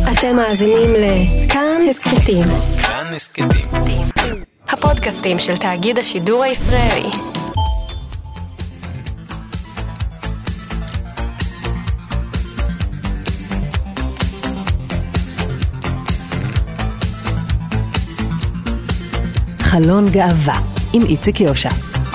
אתם מאזינים לכאן הסקטים. כאן הסקטים. הפודקאסטים של תאגיד השידור הישראלי. חלון גאווה עם איציק יושע.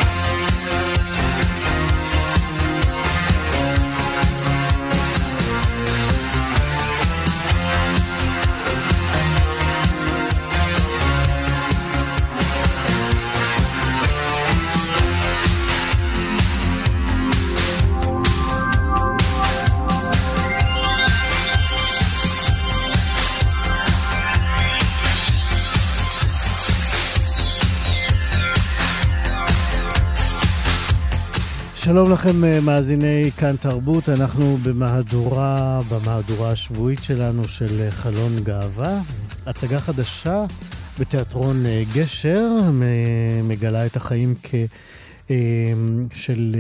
שלום לכם מאזיני כאן תרבות, אנחנו במהדורה השבועית שלנו של חלון גאווה, הצגה חדשה בתיאטרון גשר, מגלה את החיים של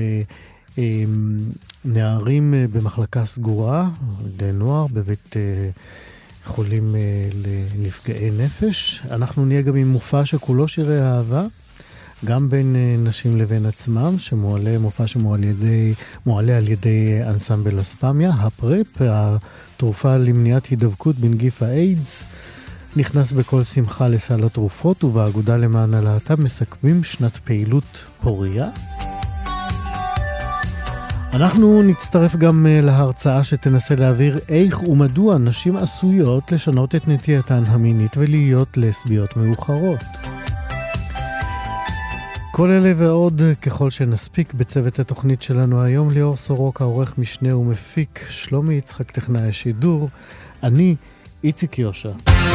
נערים במחלקה סגורה, לנוער בבית חולים לנפגעי נפש. אנחנו נהיה גם עם מופע שכולו שירי אהבה, גם בין נשים לבין עצמם, מופע שמועלה על ידי אנסמבל אספמיה. הפרפ, התרופה למניעת הידבקות בנגיף האיידס, נכנס בכל שמחה לסל התרופות, ובאגודה למען הלהט"ב מסכמים שנת פעילות פוריה. אנחנו נצטרף גם להרצאה שתנסה להעביר איך ומדוע נשים עשויות לשנות את נטייתן המינית ולהיות לסביות מאוחרות. כל אלה ועוד ככל שנספיק בצוות התוכנית שלנו היום. ליאור סורוקה, עורך משנה ומפיק, שלומי יצחק טכנאי השידור, אני איציק יושע.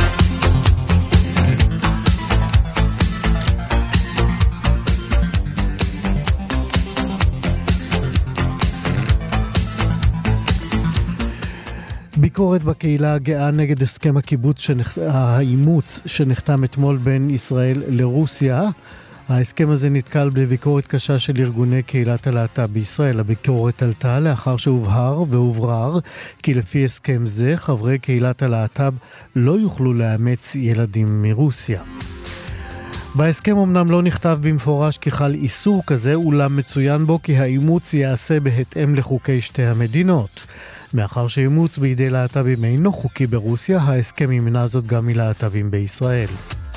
ביקורת בקהילה הגאה נגד הסכם האימוץ שנחתם אתמול בין ישראל לרוסיה. ההסכם הזה נתקל בביקורת קשה של ארגוני קהילת הלהט"ב בישראל. הביקורת עלתה לאחר שהובהר והוברר כי לפי הסכם זה חברי קהילת הלהט"ב לא יוכלו לאמץ ילדים מרוסיה. בהסכם אמנם לא נכתב במפורש כי חל איסור כזה, אולם מצוין בו כי האימוץ יעשה בהתאם לחוקי שתי המדינות. מאחר שאימוץ בידי להט"בים אינו חוקי ברוסיה, ההסכם ימנע זאת גם מלהט"בים בישראל.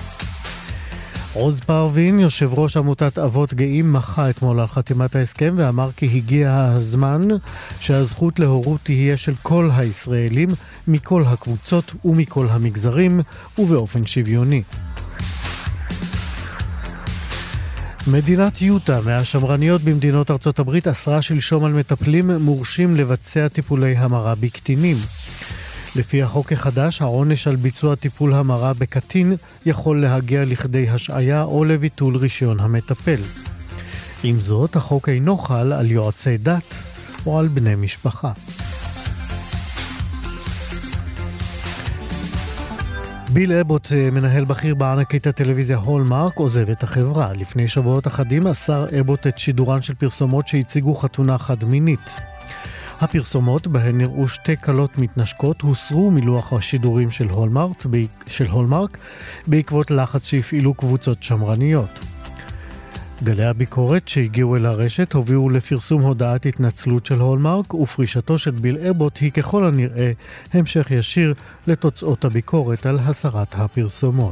עוז פרווין, יושב ראש עמותת אבות גאים, מחה אתמול על חתימת ההסכם ואמר כי הגיע הזמן שהזכות להורות תהיה של כל הישראלים, מכל הקבוצות ומכל המגזרים ובאופן שוויוני. מדינת יוטה, מהשמרניות במדינות ארצות הברית, אסרה שלשום על מטפלים מורשים לבצע טיפולי המרה בקטינים. לפי החוק החדש, העונש על ביצוע טיפול המרה בקטין יכול להגיע לכדי השעיה או לביטול רישיון המטפל. עם זאת, החוק אינו חל על יועצי דת או על בני משפחה. ביל אבוט, מנהל בכיר בענקית הטלוויזיה הולמרק, עוזב את החברה. לפני שבועות אחדים אסר אבוט את שידורן של פרסומות שהציגו חתונה חד-מינית. הפרסומות, בהן נראו שתי קלות מתנשקות, הוסרו מלוח השידורים של הולמרק בעקבות לחץ שהפעילו קבוצות שמרניות. גלי הביקורת שהגיעו אל הרשת הובילו לפרסום הודעת התנצלות של הולמרק, ופרישתו של ביל אבוט היא ככל הנראה המשך ישיר לתוצאות הביקורת על הסרת הפרסומות.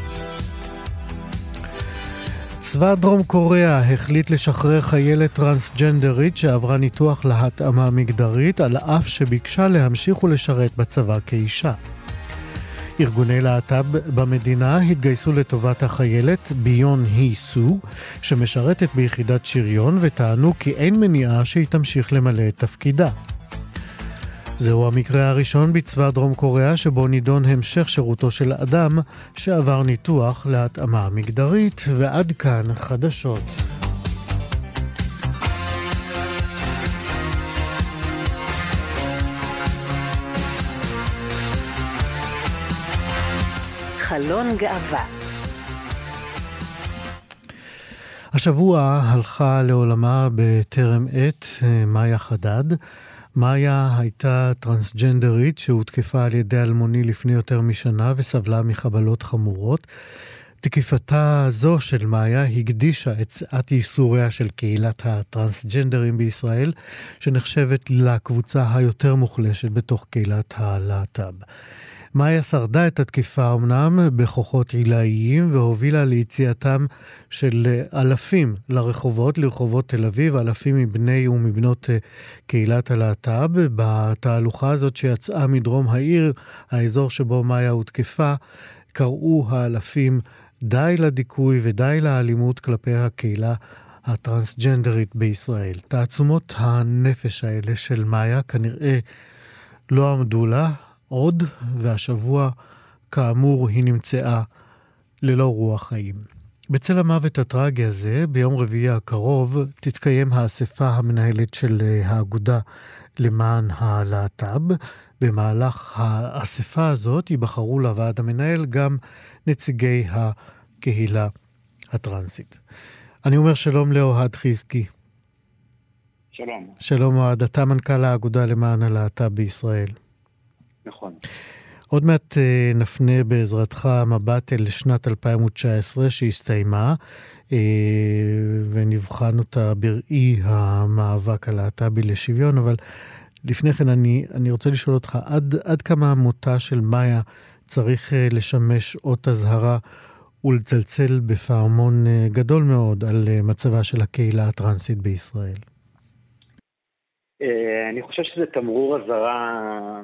צבא דרום קוריאה החליט לשחרר חיילת טרנסג'נדרית שעברה ניתוח להתאמה מגדרית, על אף שביקשה להמשיך ולשרת בצבא כאישה. ארגוני להט"ב במדינה התגייסו לטובת החיילת ביון הי סו, שמשרתת ביחידת שריון, וטענו כי אין מניעה שהיא תמשיך למלא את תפקידה. זהו המקרה הראשון בצבא דרום קוריאה שבו נידון המשך שירותו של אדם שעבר ניתוח להתאמה מגדרית. ועד כאן חדשות. חלון גאווה. השבוע הלכה לעולמה בטרם עת מאיה חדד, מאיה הייתה טרנסג'נדרית שהותקפה על ידי אלמוני לפני יותר משנה וסבלה מחבלות חמורות. תקיפתה זו של מאיה הקדישה את שאת ייסוריה של קהילת הטרנסג'נדרים בישראל, שנחשבת לקבוצה היותר מוחלשת בתוך קהילת הלהט"ב. מאיה שרדה את התקיפה אמנם בכוחות עילאיים והובילה ליציאתם של אלפים לרחובות תל אביב, אלפים מבני ומבנות קהילת הלהט"ב. בתהלוכה הזאת שיצאה מדרום העיר, האזור שבו מאיה הותקפה, קראו האלפים די לדיכוי ודי לאלימות כלפי הקהילה הטרנסג'נדרית בישראל. תעצומות הנפש האלה של מאיה כנראה לא עמדו לה עוד, והשבוע כאמור היא נמצאה ללא רוח חיים. בצל המוות הטרגי הזה, ביום רביעי הקרוב תתקיים האספה המנהלת של האגודה למען הלהט"ב. במהלך האספה הזאת ייבחרו לוועד המנהל גם נציגי הקהילה הטרנסית. אני אומר שלום לאוהד חזקי. שלום. שלום אוהד, אתה מנכ"ל האגודה למען הלהט"ב בישראל. נכון. עוד מעט נפנה בעזרתך מבט אל שנת 2019 שהסתיימה, ונבחן אותה בראי המאבק הלהט"בי לשוויון, אבל לפני כן אני רוצה לשאול אותך, עד כמה מותה של מאיה צריך לשמש אות אזהרה ולצלצל בפעמון גדול מאוד על מצבה של הקהילה הטרנסית בישראל? אני חושב שזה תמרור אזהרה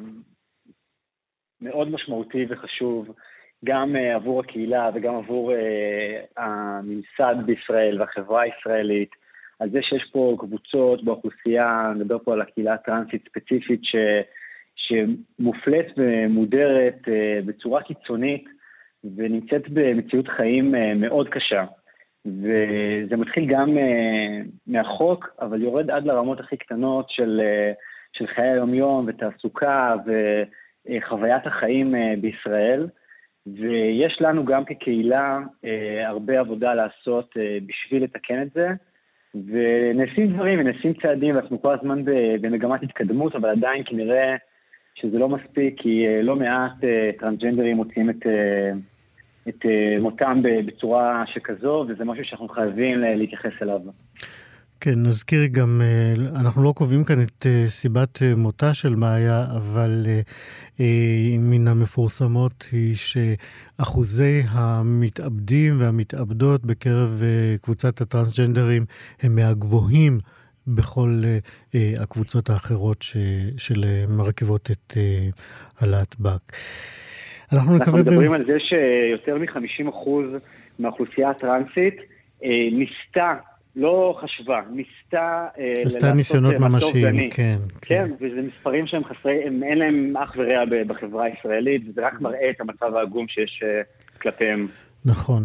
מאוד משמעותי וחשוב, גם עבור הקהילה וגם עבור הממסד בישראל והחברה הישראלית, על זה שיש פה קבוצות באוכלוסייה, נדבר פה על הקהילה הטרנסית ספציפית, שמופלית ומודרת בצורה קיצונית, ונמצאת במציאות חיים מאוד קשה. וזה מתחיל גם מהחוק, אבל יורד עד לרמות הכי קטנות של חיי היום-יום ותעסוקה וחוויית החיים בישראל. ויש לנו גם כקהילה הרבה עבודה לעשות בשביל לתקן את זה. ונעשים דברים ונעשים צעדים, ואנחנו כל הזמן במגמת התקדמות, אבל עדיין כנראה שזה לא מספיק, כי לא מעט טרנסג'נדרים מוצאים את מותם בצורה שכזו, וזה משהו שאנחנו חייבים להתייחס אליו. כן, נזכיר גם, אנחנו לא קובעים כאן את סיבת מותה של מאיה, אבל מן המפורסמות היא שאחוזי המתאבדים והמתאבדות בקרב קבוצת הטרנסג'נדרים הם מהגבוהים בכל הקבוצות האחרות של מרכיבות את הלהט"ב. אנחנו מדברים על זה שיותר מ-50% מהאוכלוסייה הטרנסית ניסתה, לא חשבה, ניסתה עשתה ניסיונות ממשיים, כן. כן, וזה מספרים שהם חסרי, אין להם אח ורע בחברה הישראלית, וזה רק מראה את המצב העגום שיש כלפיהם. נכון.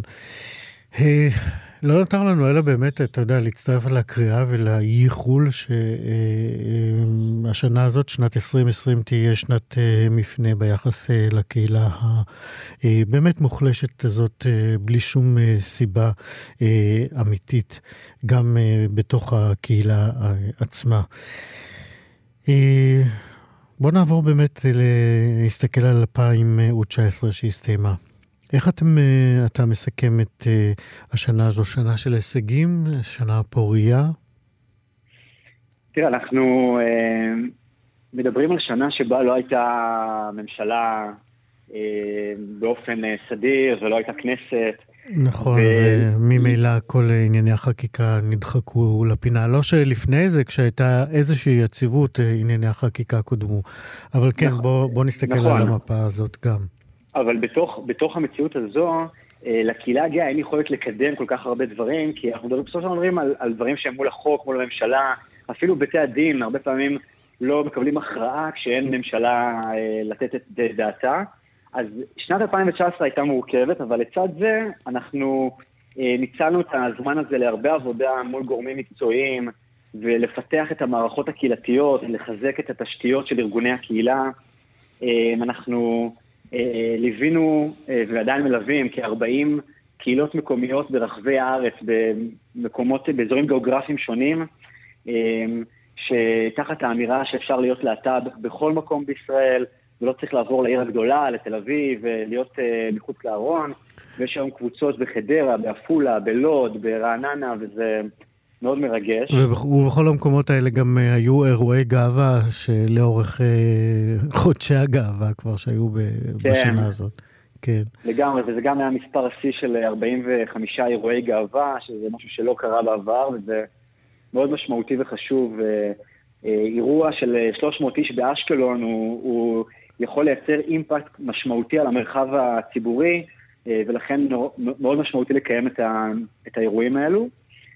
לא נותר לנו אלא באמת, אתה יודע, להצטרף לקריאה ולייחול שהשנה הזאת, שנת 2020, תהיה שנת מפנה ביחס לקהילה הבאמת מוחלשת הזאת, בלי שום סיבה אמיתית, גם בתוך הקהילה עצמה. בוא נעבור באמת להסתכל על 2019 שהסתיימה. איך אתה מסכם את השנה הזו, שנה של הישגים, שנה פוריה? תראה, אנחנו מדברים על שנה שבה לא הייתה ממשלה באופן סדיר, ולא הייתה כנסת. נכון, וממילא כל ענייני החקיקה נדחקו לפינה. לא שלפני זה, כשהייתה איזושהי יציבות, ענייני החקיקה קודמו. אבל כן, בוא נסתכל על המפה הזאת גם. אבל בתוך המציאות הזו, לקהילה הגאה אין יכולת לקדם כל כך הרבה דברים, כי אנחנו בסוף מדברים על דברים שהם מול החוק, מול הממשלה, אפילו בתי הדין, הרבה פעמים לא מקבלים הכרעה כשאין ממשלה לתת את דעתה. אז שנת 2019 הייתה מורכבת, אבל לצד זה אנחנו ניצלנו את הזמן הזה להרבה עבודה מול גורמים מקצועיים, ולפתח את המערכות הקהילתיות, לחזק את התשתיות של ארגוני הקהילה. אנחנו ליווינו ועדיין מלווים כ-40 קהילות מקומיות ברחבי הארץ, באזורים גיאוגרפיים שונים, שתחת האמירה שאפשר להיות להט"ב בכל מקום בישראל, ולא צריך לעבור לעיר הגדולה, לתל אביב, ולהיות מחוץ לארון, ויש היום קבוצות בחדרה, בעפולה, בלוד, ברעננה, וזה מאוד מרגש. ובכל המקומות האלה גם היו אירועי גאווה, שלאורך חודשי הגאווה כבר שהיו בשנה הזאת. כן. לגמרי, וזה גם היה מספר השיא של 45 אירועי גאווה, שזה משהו שלא קרה בעבר, וזה מאוד משמעותי וחשוב. אירוע של 300 איש באשקלון, הוא יכול לייצר אימפקט משמעותי על המרחב הציבורי, ולכן מאוד משמעותי לקיים את האירועים האלו.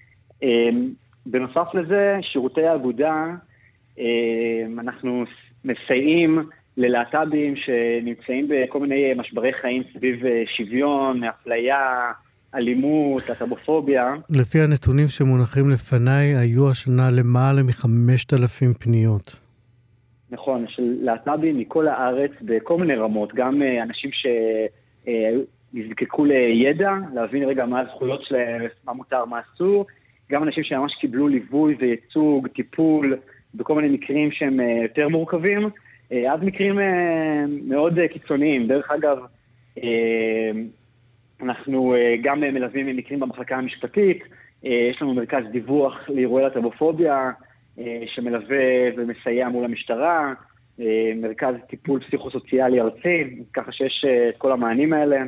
בנוסף לזה, שירותי האגודה, אנחנו מסייעים ללהט"בים שנמצאים בכל מיני משברי חיים סביב שוויון, אפליה, אלימות, להט"בופוביה. לפי הנתונים שמונחים לפניי, היו השנה למעלה מ5,000 פניות. נכון, של להט"בים מכל הארץ בכל מיני רמות, גם אנשים שנזקקו לידע, להבין רגע מה הזכויות שלהם, מה מותר, מה אסור, גם אנשים שממש קיבלו ליווי וייצוג, טיפול, בכל מיני מקרים שהם יותר מורכבים, עד מקרים מאוד קיצוניים. דרך אגב, אנחנו גם מלווים מקרים במחלקה המשפטית, יש לנו מרכז דיווח לאירועי להט"בופוביה, שמלווה ומסייע מול המשטרה, מרכז טיפול פסיכוסוציאלי ארצי, ככה שיש את כל המענים האלה.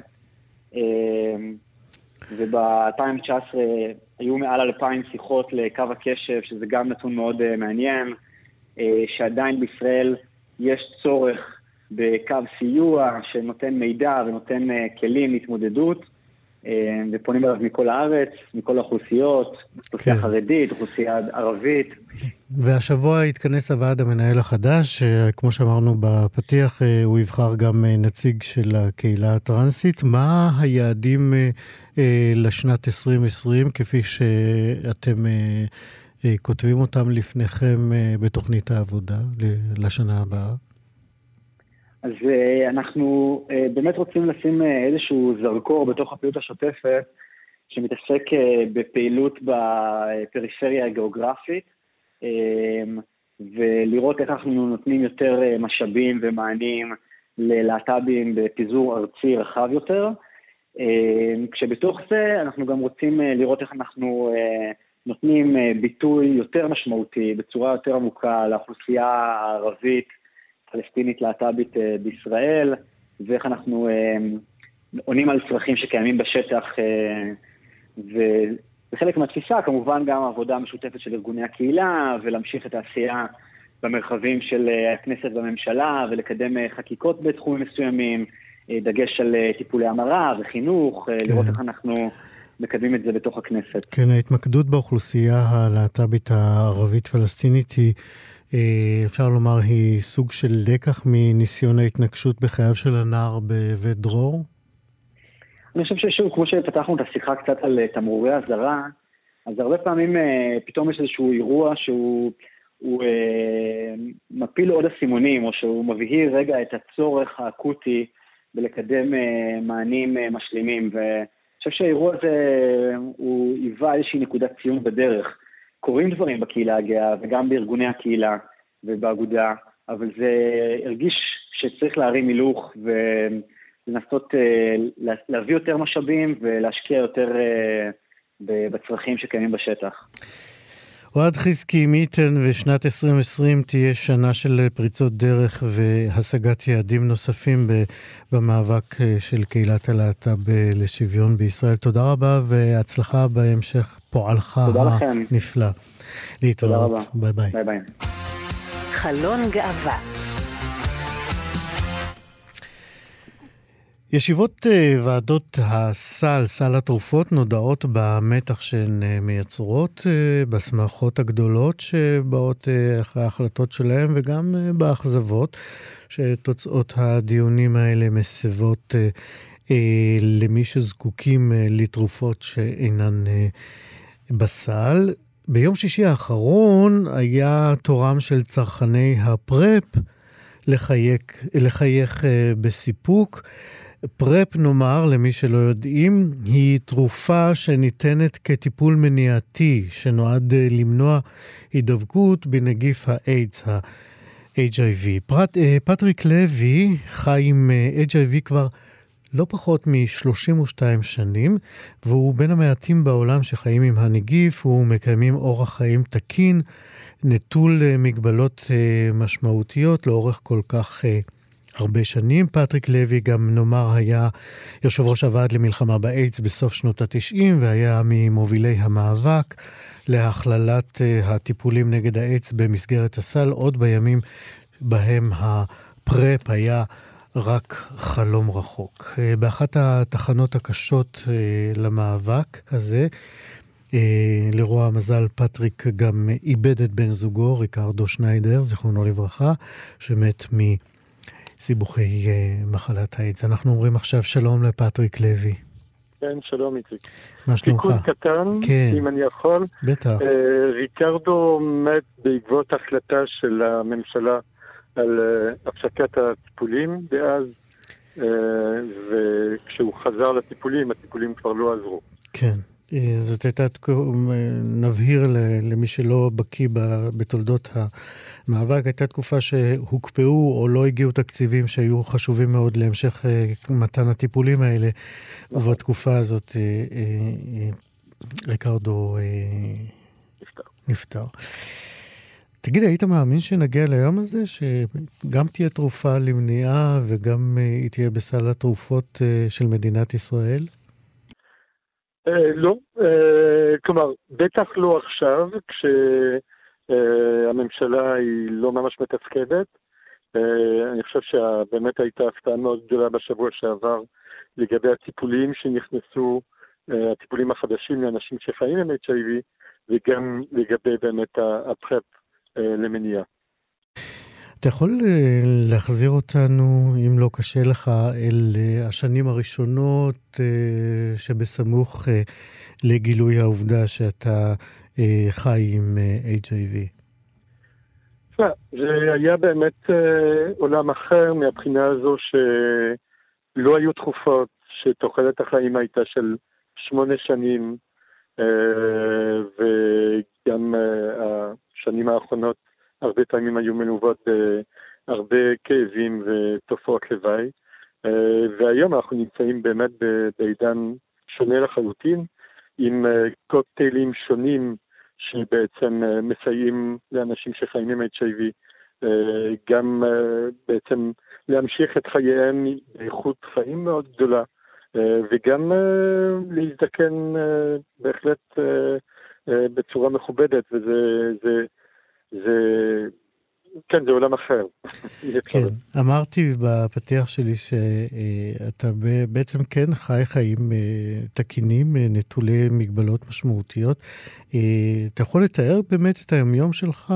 וב-2019 היו מעל 2,000 שיחות לקו הקשב, שזה גם נתון מאוד מעניין, שעדיין בישראל יש צורך בקו סיוע שנותן מידע ונותן כלים להתמודדות, ופונים אליו מכל הארץ, מכל האוכלוסיות, אוכלוסייה חרדית, אוכלוסייה ערבית. והשבוע התכנס הוועד המנהל החדש, כמו שאמרנו בפתיח, הוא יבחר גם נציג של הקהילה הטרנסית. מה היעדים לשנת 2020, כפי שאתם כותבים אותם לפניכם בתוכנית העבודה לשנה הבאה? אז אנחנו באמת רוצים לשים איזשהו זרקור בתוך הפעילות השוטפת, שמתעסק בפעילות בפריפריה הגיאוגרפית, ולראות איך אנחנו נותנים יותר משאבים ומענים ללהט"בים בפיזור ארצי רחב יותר. כשבתוך זה אנחנו גם רוצים לראות איך אנחנו נותנים ביטוי יותר משמעותי, בצורה יותר עמוקה לאוכלוסייה הערבית, פלסטינית להט"בית בישראל, ואיך אנחנו עונים על צרכים שקיימים בשטח, וחלק מהתפיסה כמובן גם העבודה המשותפת של ארגוני הקהילה, ולהמשיך את העשייה במרחבים של הכנסת והממשלה, ולקדם חקיקות בתחומים מסוימים, דגש על טיפולי המרה וחינוך, לראות איך אנחנו מקדמים את זה בתוך הכנסת. כן, ההתמקדות באוכלוסייה הלהט"בית הערבית-פלסטינית היא, אפשר לומר, היא סוג של לקח מניסיון ההתנגשות בחייו של הנער בבית דרור? אני חושב ששוב, כמו שפתחנו את השיחה קצת על תמרורי הזרה, אז הרבה פעמים פתאום יש איזשהו אירוע שהוא מפיל עוד הסימונים, או שהוא מבהיר רגע את הצורך האקוטי בלקדם מענים משלימים, ואני חושב שהאירוע הזה הוא היווה איזושהי נקודת ציון בדרך. קורים דברים בקהילה הגאה וגם בארגוני הקהילה ובאגודה, אבל זה הרגיש שצריך להרים הילוך ולנסות להביא יותר משאבים ולהשקיע יותר בצרכים שקיימים בשטח. אוהד חזקי, מי ייתן ושנת 2020 תהיה שנה של פריצות דרך והשגת יעדים נוספים במאבק של קהילת הלהט"ב לשוויון בישראל. תודה רבה והצלחה בהמשך פועלך הנפלא. להתראות. ביי ביי. ביי ביי. חלון גאווה. ישיבות ועדות הסל, סל התרופות, נודעות במתח שהן מייצרות, בסמכות הגדולות שבאות אחרי ההחלטות שלהם, וגם באכזבות שתוצאות הדיונים האלה מסבות למי שזקוקים לתרופות שאינן בסל. ביום שישי האחרון היה תורם של צרכני הפרפ לחייך בסיפוק. פרפ, נאמר, למי שלא יודעים, היא תרופה שניתנת כטיפול מניעתי, שנועד למנוע הידבקות בנגיף האיידס, ה-HIV. פטריק לוי חי עם HIV כבר לא פחות מ-32 שנים, והוא בין המעטים בעולם שחיים עם הנגיף, ומקיימים אורח חיים תקין, נטול מגבלות משמעותיות לאורך כל כך הרבה שנים. פטריק לוי גם נאמר היה יושב ראש הוועד למלחמה באיידס בסוף שנות ה-90, והיה ממובילי המאבק להכללת הטיפולים נגד האיידס במסגרת הסל, עוד בימים בהם הפרפ היה רק חלום רחוק. באחת התחנות הקשות למאבק הזה, לרוע המזל, פטריק גם איבד את בן זוגו, ריקרדו שניידר, זיכרונו לברכה, שמת מסיבוכי מחלת האיידס. אנחנו אומרים עכשיו שלום לפטריק לוי. כן, שלום איציק. מה שלומך? תיקון קטן, כן. אם אני יכול. בטח. ריקרדו מת בעקבות החלטה של הממשלה על הפסקת הטיפולים דאז, וכשהוא חזר לטיפולים, הטיפולים כבר לא עזרו. כן. זאת הייתה, נבהיר למי שלא בקיא בתולדות המאבק, הייתה תקופה שהוקפאו או לא הגיעו תקציבים שהיו חשובים מאוד להמשך מתן הטיפולים האלה, ובתקופה הזאת ריקרדו נפטר. תגיד, היית מאמין שנגיע ליום הזה, שגם תהיה תרופה למניעה וגם היא תהיה בסל התרופות של מדינת ישראל? לא, כלומר, בטח לא עכשיו, כשהממשלה היא לא ממש מתפקדת. אני חושב שבאמת הייתה הפתעה מאוד גדולה בשבוע שעבר לגבי הטיפולים שנכנסו, הטיפולים החדשים לאנשים שחיים עם HIV, וגם לגבי באמת הפרפ למניעה. אתה יכול להחזיר אותנו, אם לא קשה לך, אל השנים הראשונות שבסמוך לגילוי העובדה שאתה חי עם HIV? זה היה באמת עולם אחר מהבחינה הזו שלא היו תרופות, שתוחלת החיים הייתה של 8 שנים, וגם השנים האחרונות הרבה פעמים היו מלוות בהרבה כאבים ותופעות לוואי, והיום אנחנו נמצאים באמת בעידן שונה לחלוטין, עם קוקטיילים שונים שבעצם מסייעים לאנשים שחיים עם HIV, גם בעצם להמשיך את חייהם באיכות חיים מאוד גדולה, וגם להזדקן בהחלט בצורה מכובדת, כן, זה עולם אחר. כן, אמרתי בפתיח שלי שאתה בעצם כן חי חיים תקינים, נטולי מגבלות משמעותיות. אתה יכול לתאר באמת את היומיום שלך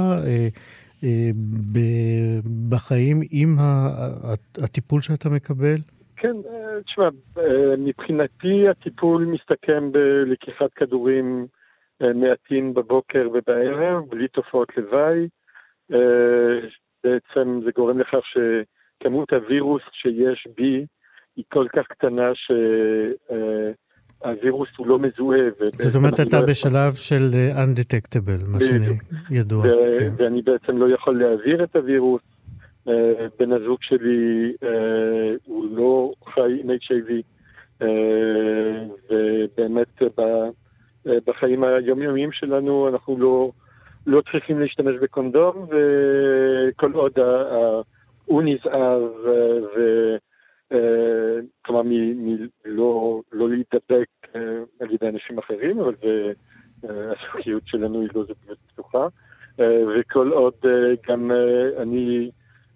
בחיים עם הטיפול שאתה מקבל? כן, תשמע, מבחינתי הטיפול מסתכם בלקיחת כדורים מעטים בבוקר ובערב, בלי תופעות לוואי. בעצם זה גורם לכך שכמות הווירוס שיש בי היא כל כך קטנה שהווירוס הוא לא מזוהה. זאת אומרת, אתה בשלב של undetectable, מה שאני ידוע. ואני בעצם לא יכול להעביר את הווירוס. בן הזוג שלי הוא לא חי עם HIV, ובאמת בחיים היומיומיים שלנו אנחנו לא צריכים להשתמש בקונדום, וכל עוד הוא נזהר, כלומר לא להידבק על ידי אנשים אחרים, אבל הזוגיות שלנו היא לא זוגיות פתוחה, וכל עוד גם אני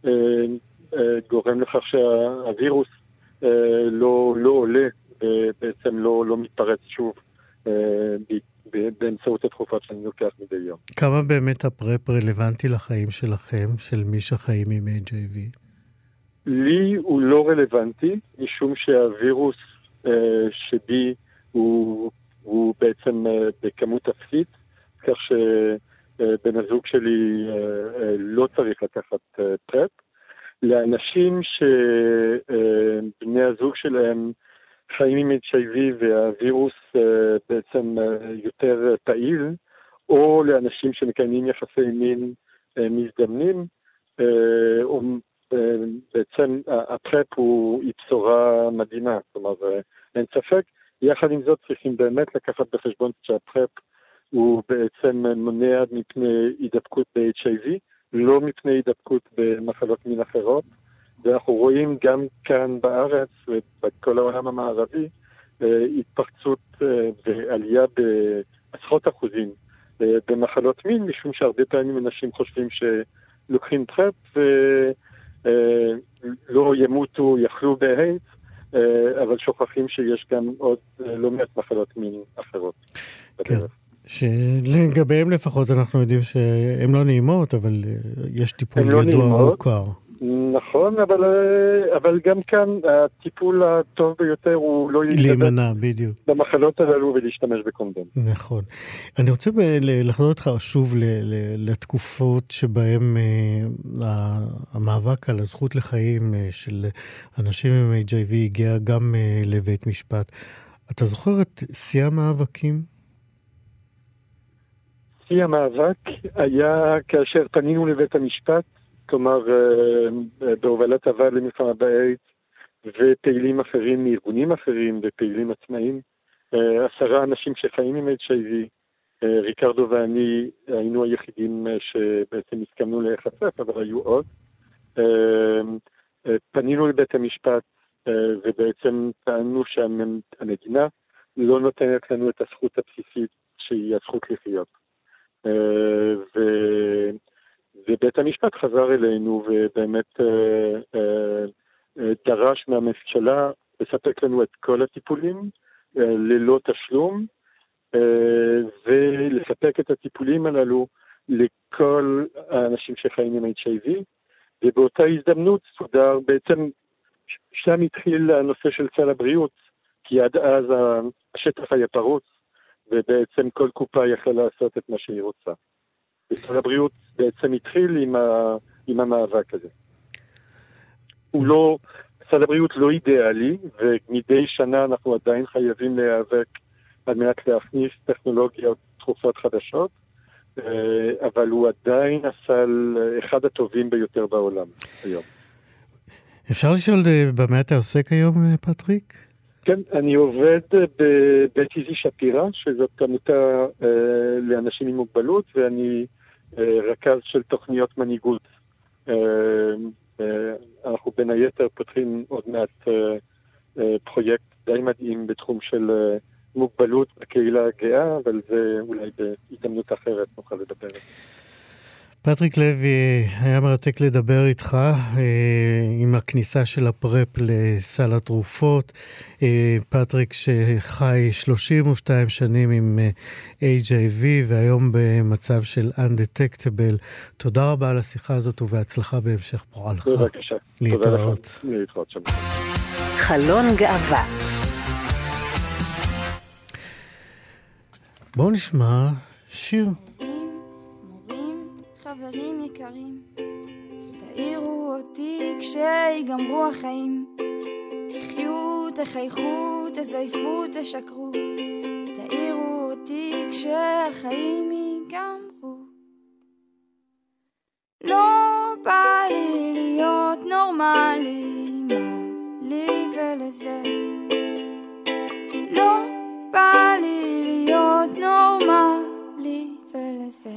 גורם לכך שהווירוס לא עולה, ובעצם לא מתפרץ שוב באמצעות התרופות שאני לוקח מדי יום. כמה באמת הפרפ רלוונטי לחיים שלכם, של מי שחיים עם HIV? לי הוא לא רלוונטי, משום שהווירוס שבי הוא בעצם בכמות אפסית, כך שבן הזוג שלי לא צריך לקחת פרפ, לאנשים שבני הזוג שלהם חיים עם HIV והווירוס בעצם יותר פעיל, או לאנשים שמקיימים יחסי מין מזדמנים, בעצם הפרפ היא בשורה מדהימה, כלומר אין ספק. יחד עם זאת צריכים באמת לקחת בחשבון שהפרפ הוא בעצם מונע מפני הידבקות ב-HIV, לא מפני הידבקות במחלות מין אחרות, ואנחנו רואים גם כאן בארץ ובכל העולם המערבי התפרצות ועלייה בעשרות אחוזים במחלות מין, משום שהרבה פעמים אנשים חושבים שלוקחים פרפ ולא ימותו, יחלו באיידס, אבל שוכחים שיש גם עוד לא מעט מחלות מין אחרות. כן, שלגביהם לפחות אנחנו יודעים שהן לא נעימות, אבל יש טיפול ידוע מוכר. נכון, אבל גם כאן הטיפול הטוב ביותר הוא לא להימנע, בדיוק. במחלות הללו ולהשתמש בקונדום. נכון. אני רוצה לחזור אותך שוב לתקופות שבהם המאבק על הזכות לחיים של אנשים עם HIV הגיע גם לבית משפט. אתה זוכר את שיא המאבקים? שיא המאבק היה כאשר פנינו לבית המשפט, כלומר בהובלת הוועד למלחמה באיידס ופעילים אחרים מארגונים אחרים ופעילים עצמאיים, 10 אנשים שחיים עם HIV, ריקרדו ואני היינו היחידים שבעצם הסכמנו להיחשף, אבל היו עוד. פנינו לבית המשפט ובעצם טענו שהמדינה לא נותנת לנו את הזכות הבסיסית שהיא הזכות לחיות. ובית המשפט חזר אלינו ובאמת דרש מהממשלה לספק לנו את כל הטיפולים ללא תשלום, ולספק את הטיפולים הללו לכל האנשים שחיים עם HIV, ובאותה הזדמנות סודר, בעצם שם התחיל הנושא של סל הבריאות, כי עד אז השטח היה פרוץ, ובעצם כל קופה יכלה לעשות את מה שהיא רוצה. וסל הבריאות בעצם התחיל עם המאבק הזה. סל הבריאות לא אידיאלי, ומדי שנה אנחנו עדיין חייבים להיאבק על מנת להכניס טכנולוגיות תרופות חדשות, אבל הוא עדיין הסל אחד הטובים ביותר בעולם היום. אפשר לשאול במה אתה עוסק היום, פטריק? כן, אני עובד בבית איזי שפירא, שזאת עמותה לאנשים עם מוגבלות, ואני רכז של תוכניות מנהיגות. אנחנו בין היתר פותחים עוד מעט פרויקט די מדהים בתחום של מוגבלות בקהילה הגאה, אבל זה אולי בהזדמנות אחרת נוכל לדבר על זה. פטריק לוי, היה מרתק לדבר איתך עם הכניסה של הפרפ לסל התרופות. פטריק שחי 32 שנים עם HIV והיום במצב של undetectable. תודה רבה על השיחה הזאת ובהצלחה בהמשך פועלך. בבקשה. להתראות. להתראות שם. חלון גאווה. בואו נשמע שיר. חברים יקרים, תאירו אותי כשיגמרו החיים, תחיו, תחייכו, תזייפו, תשקרו, תאירו אותי כשהחיים ייגמרו. לא בא לי להיות נורמלי, מה לי ולזה? לא בא לי להיות נורמלי ולזה.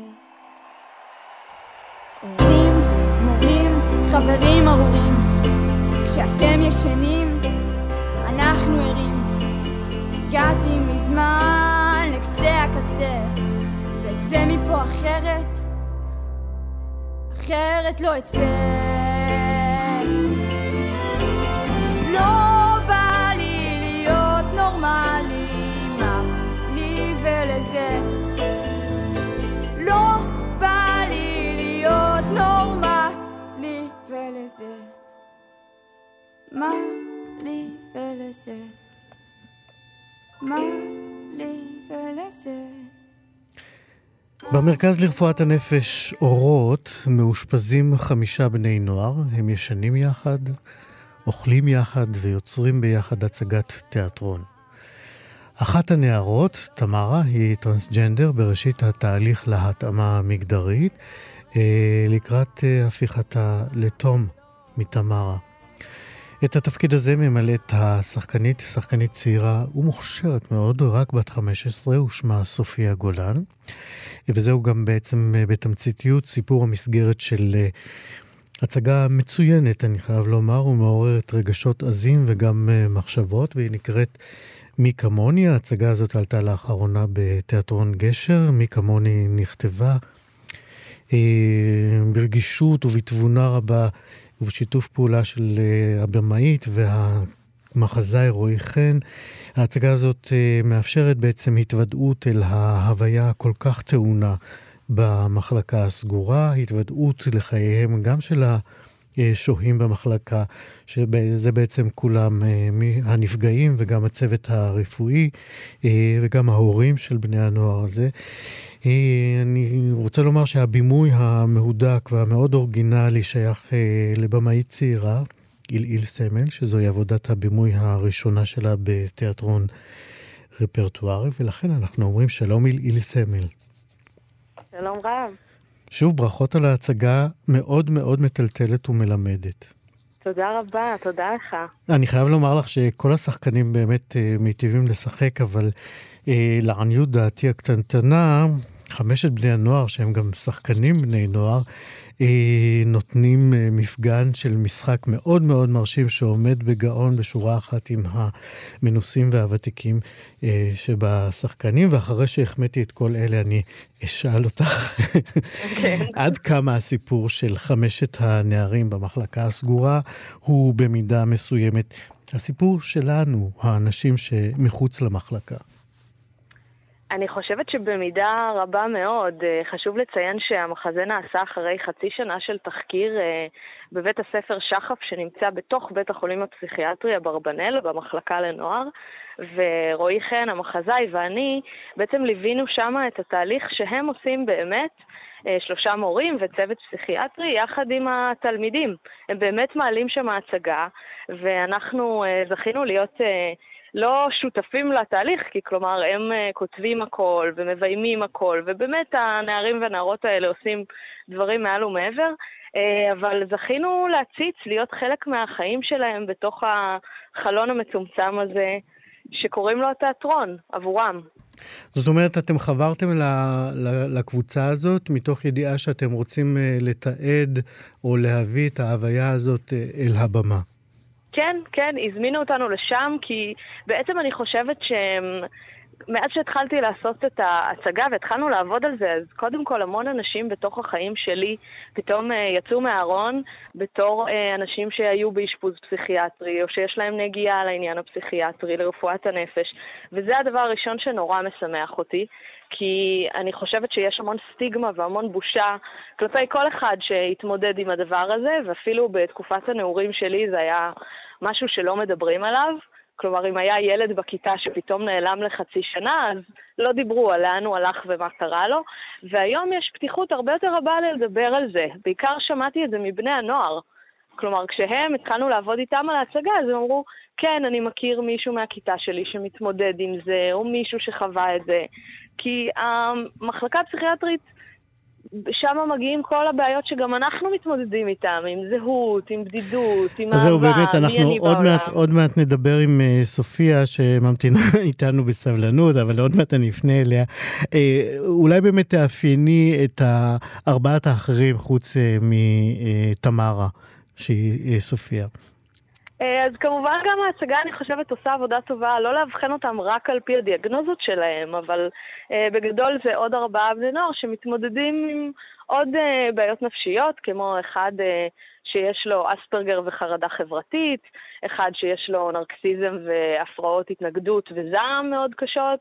הורים, מורים, חברים ארורים, כשאתם ישנים, אנחנו ערים. הגעתי מזמן לקצה הקצה, ואצא מפה אחרת, אחרת לא אצא. לא בא לי להיות נורמלי, מה לי ולזה? לא בא לי להיות נורמלי ולזה. מה לי ולזה? מה לי ולזה? במרכז לרפואת הנפש אורות מאושפזים 5 בני נוער. הם ישנים יחד, אוכלים יחד ויוצרים ביחד הצגת תיאטרון. אחת הנערות, תמרה, היא טרנסג'נדר בראשית התהליך להתאמה המגדרית, לקראת הפיכתה לתום מתמרה. את התפקיד הזה ממלאת השחקנית, שחקנית צעירה ומוכשרת מאוד, רק בת 15, ושמה סופיה גולן. וזהו גם בעצם בתמציתיות סיפור המסגרת של הצגה מצוינת, אני חייב לומר, ומעוררת רגשות עזים וגם מחשבות, והיא נקראת מי כמוני. ההצגה הזאת עלתה לאחרונה בתיאטרון גשר. מי כמוני נכתבה ברגישות ובתבונה רבה, ובשיתוף פעולה של הבמאית והמחזאי רועי חן. ההצגה הזאת מאפשרת בעצם התוודעות אל ההוויה הכל כך טעונה במחלקה הסגורה, התוודעות לחייהם גם של השוהים במחלקה, שזה בעצם כולם הנפגעים וגם הצוות הרפואי וגם ההורים של בני הנוער הזה. אני רוצה לומר שהבימוי המהודק והמאוד אורגינלי שייך לבמאית צעירה, איל סמל, שזוהי עבודת הבימוי הראשונה שלה בתיאטרון רפרטוארי, ולכן אנחנו אומרים שלום איל סמל. שלום רב. שוב, ברכות על ההצגה מאוד מאוד מטלטלת ומלמדת. תודה רבה, תודה לך. אני חייב לומר לך שכל השחקנים באמת מיטיבים לשחק, אבל לעניות דעתי הקטנטנה, 5 בני הנוער, שהם גם שחקנים בני נוער, נותנים מפגן של משחק מאוד מאוד מרשים, שעומד בגאון בשורה אחת עם המנוסים והוותיקים שבשחקנים. ואחרי שהחמאתי את כל אלה, אני אשאל אותך, עד כמה הסיפור של 5 הנערים במחלקה הסגורה הוא במידה מסוימת הסיפור שלנו, האנשים שמחוץ למחלקה? אני חושבת שבמידה רבה מאוד. חשוב לציין שהמחזה נעשה אחרי חצי שנה של תחקיר בבית הספר שחף, שנמצא בתוך בית החולים הפסיכיאטרי אברבנאל, במחלקה לנוער, ורועי חן, המחזאי, ואני בעצם ליווינו שם את התהליך שהם עושים באמת, 3 מורים וצוות פסיכיאטרי יחד עם התלמידים. הם באמת מעלים שם הצגה, ואנחנו זכינו להיות לא שותפים לתהליך, כי כלומר הם כותבים הכל ומביימים הכל, ובאמת הנערים והנערות האלה עושים דברים מעל ומעבר, אבל זכינו להציץ, להיות חלק מהחיים שלהם בתוך החלון המצומצם הזה, שקוראים לו התיאטרון, עבורם. זאת אומרת, אתם חברתם לקבוצה הזאת, מתוך ידיעה שאתם רוצים לתעד או להביא את ההוויה הזאת אל הבמה. כן, כן, הזמינו אותנו לשם, כי בעצם אני חושבת שמאז שהתחלתי לעשות את ההצגה והתחלנו לעבוד על זה, אז קודם כל המון אנשים בתוך החיים שלי פתאום יצאו מהארון בתור אנשים שהיו באשפוז פסיכיאטרי, או שיש להם נגיעה לעניין הפסיכיאטרי, לרפואת הנפש, וזה הדבר הראשון שנורא משמח אותי, כי אני חושבת שיש המון סטיגמה והמון בושה כלפי כל אחד שהתמודד עם הדבר הזה, ואפילו בתקופת הנעורים שלי זה היה משהו שלא מדברים עליו. כלומר, אם היה ילד בכיתה שפתאום נעלם לחצי שנה, אז לא דיברו על לאן הוא הלך ומה קרה לו. והיום יש פתיחות הרבה יותר רבה לדבר על זה. בעיקר שמעתי את זה מבני הנוער. כלומר, כשהם התחלנו לעבוד איתם על ההצגה, אז הם אמרו, כן, אני מכיר מישהו מהכיתה שלי שמתמודד עם זה, או מישהו שחווה את זה. כי המחלקה הפסיכיאטרית, שם מגיעים כל הבעיות שגם אנחנו מתמודדים איתם, עם זהות, עם בדידות, עם אהבה. אז זהו, באמת, אנחנו עוד מעט נדבר עם סופיה, שממתינה איתנו בסבלנות, אבל עוד מעט אני אפנה אליה. אולי באמת תאפייני את 4 האחרים, חוץ מתמרה, שהיא סופיה. אז כמובן גם ההצגה, אני חושבת, עושה עבודה טובה, לא להבחן אותם רק על פי הדיאגנוזות שלהם, אבל בגדול זה עוד 4 בני נוער שמתמודדים עם עוד בעיות נפשיות, כמו אחד שיש לו אספרגר וחרדה חברתית, אחד שיש לו נרקסיזם והפרעות התנגדות וזעם מאוד קשות,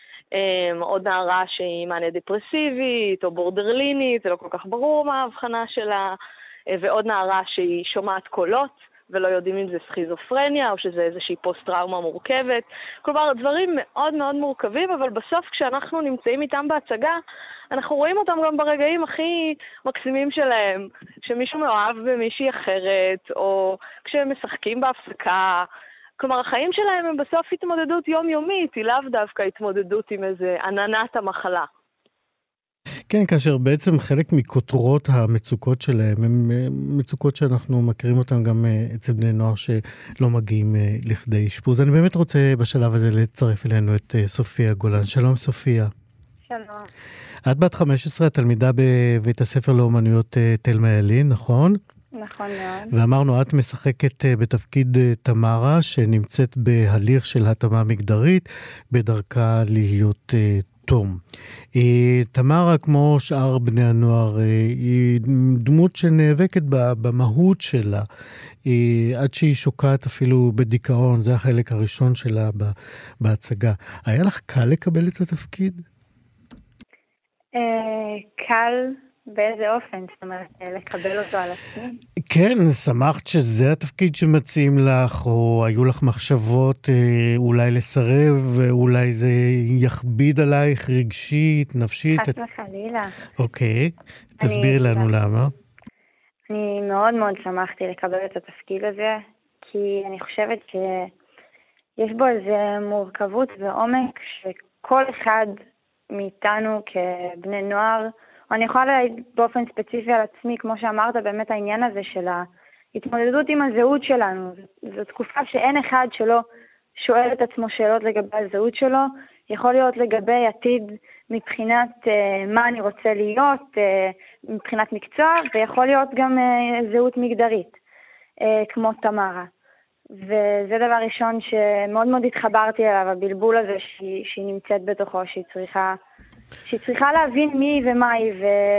עוד נערה שהיא מאניה דפרסיבית או בורדרלינית, זה לא כל כך ברור מה ההבחנה שלה, ועוד נערה שהיא שומעת קולות, ולא יודעים אם זה סכיזופרניה או שזה איזושהי פוסט-טראומה מורכבת. כלומר, דברים מאוד מאוד מורכבים, אבל בסוף כשאנחנו נמצאים איתם בהצגה, אנחנו רואים אותם גם ברגעים הכי מקסימים שלהם, שמישהו מאוהב במישהי אחרת, או כשהם משחקים בהפסקה. כלומר, החיים שלהם הם בסוף התמודדות יומיומית, היא לאו דווקא התמודדות עם איזה עננת המחלה. כן, כאשר בעצם חלק מכותרות המצוקות שלהם הם מצוקות שאנחנו מכירים אותן גם אצל בני נוער שלא מגיעים לכדי אשפוז. אני באמת רוצה בשלב הזה לצרף אלינו את סופיה גולן. שלום סופיה. שלום. את בת 15, התלמידה בבית הספר לאומנויות תלמה ילין, נכון? נכון מאוד. ואמרנו, את משחקת בתפקיד תמרה, שנמצאת בהליך של התאמה מגדרית, בדרכה להיות תום. תמרה, כמו שאר בני הנוער, היא דמות שנאבקת במהות שלה, עד שהיא שוקעת אפילו בדיכאון, זה החלק הראשון שלה בהצגה. היה לך קל לקבל את התפקיד? קל באיזה אופן? זאת אומרת, לקבל אותו על עצמי? כן, שמחת שזה התפקיד שמציעים לך, או היו לך מחשבות אולי לסרב, אולי זה יכביד עלייך רגשית, נפשית? חס וחלילה. אוקיי, תסבירי לנו למה. אני מאוד מאוד שמחתי לקבל את התפקיד הזה, כי אני חושבת שיש בו איזו מורכבות ועומק שכל אחד מאיתנו כבני נוער, או אני יכולה להגיד באופן ספציפי על עצמי, כמו שאמרת, באמת העניין הזה של ההתמודדות עם הזהות שלנו. זו תקופה שאין אחד שלא שואל את עצמו שאלות לגבי הזהות שלו, יכול להיות לגבי עתיד מבחינת מה אני רוצה להיות, מבחינת מקצוע, ויכול להיות גם זהות מגדרית, כמו תמרה. וזה דבר ראשון שמאוד מאוד התחברתי אליו, הבלבול הזה שהיא נמצאת בתוכו, שהיא צריכה להבין מי היא ומה היא,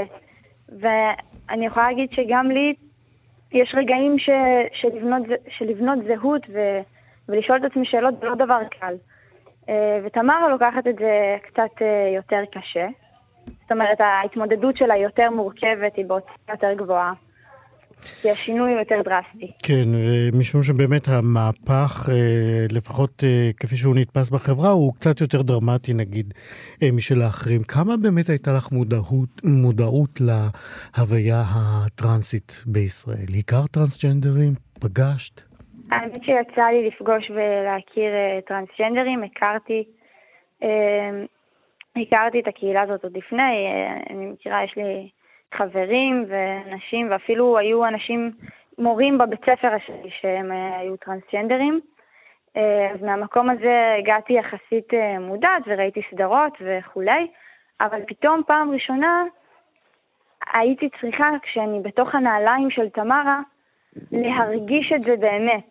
ואני יכולה להגיד שגם לי יש רגעים של לבנות זהות ולשאול את עצמי שאלות זה לא דבר קל. ותמרה לוקחת את זה קצת יותר קשה. זאת אומרת, ההתמודדות שלה יותר מורכבת, היא בעוצמה יותר גבוהה. כי השינוי הוא יותר דרסטי. כן, ומשום שבאמת המהפך, לפחות כפי שהוא נתפס בחברה, הוא קצת יותר דרמטי, נגיד, משל האחרים. כמה באמת הייתה לך מודעות להוויה הטרנסית בישראל? הכרת טרנסג'נדרים? פגשת? האמת שיצא לי לפגוש ולהכיר טרנסג'נדרים, הכרתי את הקהילה הזאת עוד לפני, אני מכירה, יש לי חברים ונשים, ואפילו היו אנשים, מורים בבית ספר שלי שהם היו טרנסג'נדרים. אז מהמקום הזה הגעתי יחסית מודעת וראיתי סדרות וכולי, אבל פתאום פעם ראשונה הייתי צריכה, כשאני בתוך הנעליים של תמרה, להרגיש את זה באמת,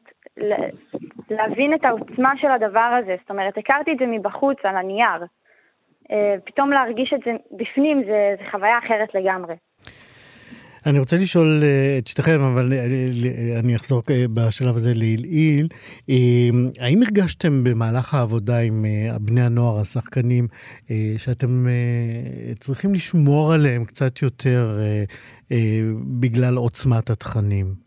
להבין את העוצמה של הדבר הזה. זאת אומרת, הכרתי את זה מבחוץ על הנייר. פתאום להרגיש את זה בפנים, זה חוויה אחרת לגמרי. אני רוצה לשאול את שתיכם, אבל אני אחזור בשלב הזה להילעיל. האם הרגשתם במהלך העבודה עם בני הנוער, השחקנים, שאתם צריכים לשמור עליהם קצת יותר בגלל עוצמת התכנים?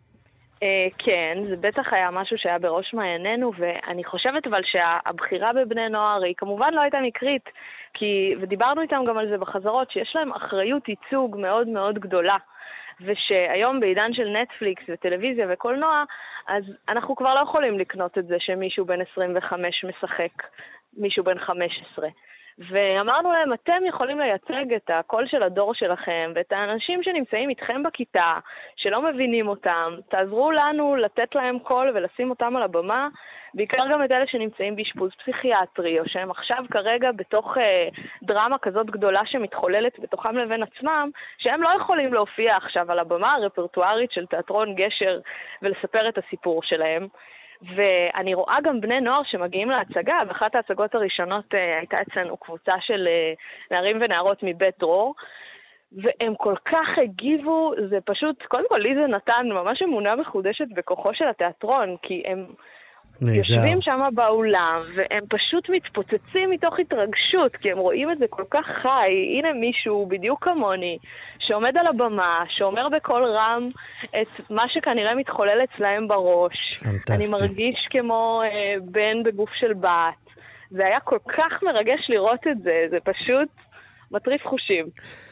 כן, זה בטח היה משהו שהיה בראש מעיינינו, ואני חושבת אבל שהבחירה בבני נוער היא כמובן לא הייתה מקרית, ודיברנו איתם גם על זה בחזרות, שיש להם אחריות ייצוג מאוד מאוד גדולה, ושהיום בעידן של נטפליקס וטלוויזיה וקולנוע, אז אנחנו כבר לא יכולים לקנות את זה שמישהו בן 25 משחק, מישהו בן 15. ואמרנו להם, אתם יכולים לייצג את הקול של הדור שלכם, ואת האנשים שנמצאים איתכם בכיתה, שלא מבינים אותם, תעזרו לנו לתת להם קול ולשים אותם על הבמה, בעיקר גם את אלה שנמצאים באשפוז פסיכיאטרי, או שהם עכשיו כרגע בתוך דרמה כזאת גדולה שמתחוללת בתוכם לבין עצמם, שהם לא יכולים להופיע עכשיו על הבמה הרפרטוארית של תיאטרון גשר ולספר את הסיפור שלהם. ואני רואה גם בני נוער שמגיעים להצגה, ואחת ההצגות הראשונות הייתה אצלנו קבוצה של נערים ונערות מבית דרור, והם כל כך הגיבו, זה פשוט, קודם כל לי זה נתן ממש אמונה מחודשת בכוחו של התיאטרון, כי הם יושבים שם באולם, והם פשוט מתפוצצים מתוך התרגשות, כי הם רואים את זה כל כך חי. הנה מישהו בדיוק כמוני, שעומד על הבמה, שאומר בקול רם את מה שכנראה מתחולל אצלהם בראש. פנטסטי. אני מרגיש כמו בן בגוף של בת. זה היה כל כך מרגש לראות את זה, זה פשוט מטריף חושים.